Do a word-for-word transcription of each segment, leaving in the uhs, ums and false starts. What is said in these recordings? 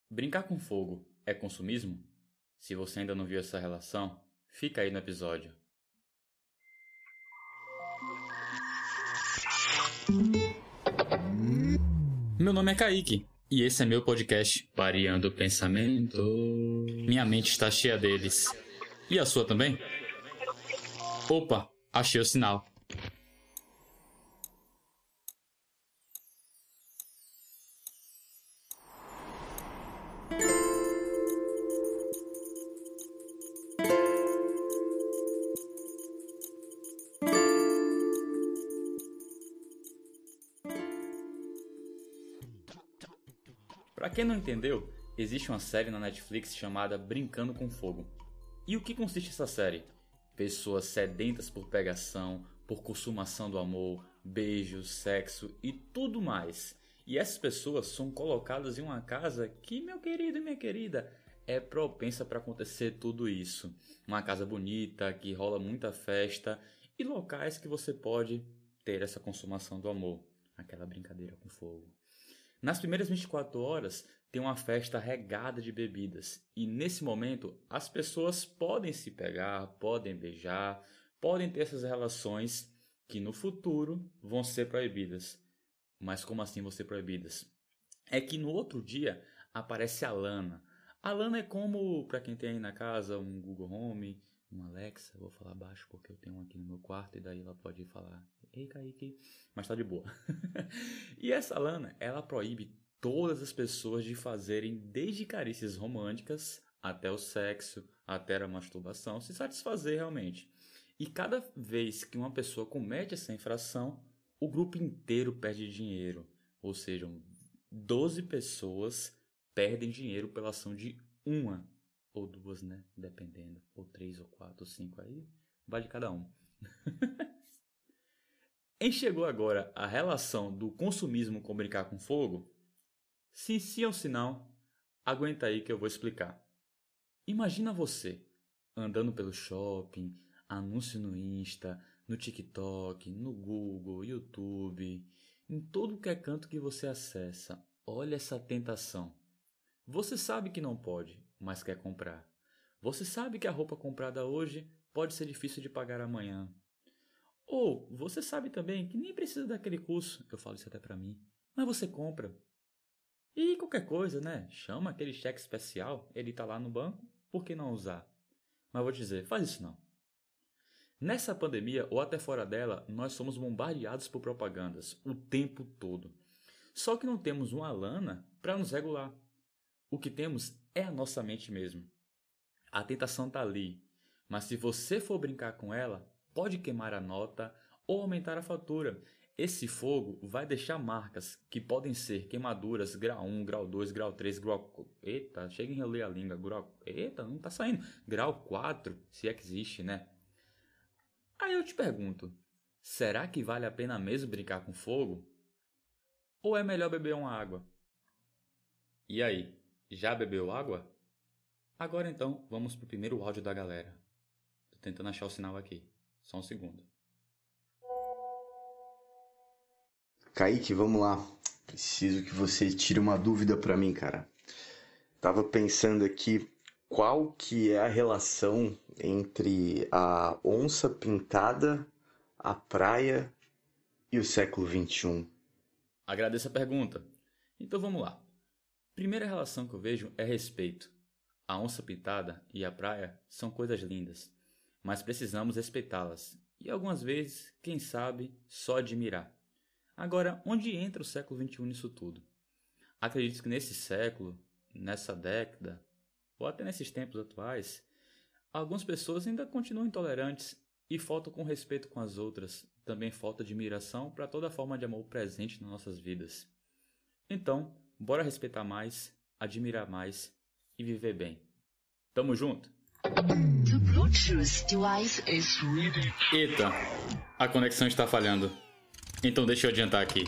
Brincar com fogo é consumismo? Se você ainda não viu essa relação, fica aí no episódio. Meu nome é Kaique e esse é meu podcast Variando o Pensamento. Minha mente está cheia deles. E a sua também? Opa, achei o sinal. Pra quem não entendeu, existe uma série na Netflix chamada Brincando com Fogo. E o que consiste essa série? Pessoas sedentas por pegação, por consumação do amor, beijos, sexo e tudo mais. E essas pessoas são colocadas em uma casa que, meu querido e minha querida, é propensa para acontecer tudo isso. Uma casa bonita, que rola muita festa e locais que você pode ter essa consumação do amor. Aquela brincadeira com fogo. Nas primeiras vinte e quatro horas, tem uma festa regada de bebidas. E nesse momento, as pessoas podem se pegar, podem beijar, podem ter essas relações que no futuro vão ser proibidas. Mas como assim vão ser proibidas? É que no outro dia aparece a Lana. A Lana é como, para quem tem aí na casa, um Google Home, uma Alexa. Vou falar baixo porque eu tenho um aqui no meu quarto e daí ela pode falar: ei, Kaique, mas tá de boa. E essa Lana, ela proíbe todas as pessoas de fazerem desde carícias românticas até o sexo, até a masturbação, se satisfazer realmente. E cada vez que uma pessoa comete essa infração, o grupo inteiro perde dinheiro. Ou seja, doze pessoas perdem dinheiro pela ação de uma ou duas, né? Dependendo. Ou três, ou quatro, ou cinco, aí vale cada um. Enxergou agora a relação do consumismo com brincar com fogo? Se sim ou se não, aguenta aí que eu vou explicar. Imagina você andando pelo shopping, anúncio no Insta, no TikTok, no Google, YouTube, em todo que é canto que você acessa. Olha essa tentação. Você sabe que não pode, mas quer comprar. Você sabe que a roupa comprada hoje pode ser difícil de pagar amanhã. Ou você sabe também que nem precisa daquele curso, eu falo isso até pra mim, mas você compra. E qualquer coisa, né? Chama aquele cheque especial, ele tá lá no banco, por que não usar? Mas vou te dizer, faz isso não. Nessa pandemia, ou até fora dela, nós somos bombardeados por propagandas o tempo todo. Só que não temos uma lana para nos regular. O que temos é a nossa mente mesmo. A tentação tá ali, mas se você for brincar com ela, pode queimar a nota ou aumentar a fatura. Esse fogo vai deixar marcas que podem ser queimaduras grau um, grau dois, grau três, grau... Eita, chega a enrolar a língua. Grau... Eita, não tá saindo. Grau quatro, se é que existe, né? Aí eu te pergunto, será que vale a pena mesmo brincar com fogo? Ou é melhor beber uma água? E aí, já bebeu água? Agora então, vamos pro primeiro áudio da galera. Tô tentando achar o sinal aqui. Só um segundo. Kaique, vamos lá. Preciso que você tire uma dúvida pra mim, cara. Tava pensando aqui qual que é a relação entre a onça pintada, a praia e o século vinte e um. Agradeço a pergunta. Então vamos lá. Primeira relação que eu vejo é respeito. A onça pintada e a praia são coisas lindas, mas precisamos respeitá-las e algumas vezes, quem sabe, só admirar. Agora, onde entra o século vinte e um nisso tudo? Acredito que nesse século, nessa década, ou até nesses tempos atuais, algumas pessoas ainda continuam intolerantes e faltam com respeito com as outras. Também falta admiração para toda forma de amor presente nas nossas vidas. Então, bora respeitar mais, admirar mais e viver bem. Tamo junto? Eita, a conexão está falhando. Então deixa eu adiantar aqui.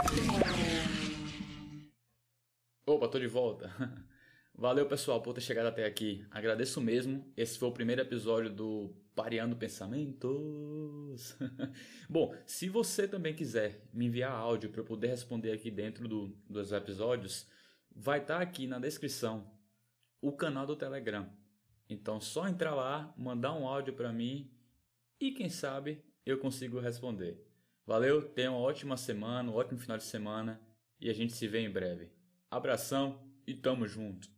Opa, tô de volta. Valeu, pessoal, por ter chegado até aqui. Agradeço mesmo. Esse foi o primeiro episódio do Variando Pensamentos. Bom, se você também quiser me enviar áudio para eu poder responder aqui dentro do, dos episódios, vai estar aqui na descrição o canal do Telegram. Então só entrar lá, mandar um áudio para mim e quem sabe eu consigo responder. Valeu, tenha uma ótima semana, um ótimo final de semana e a gente se vê em breve. Abração e tamo junto!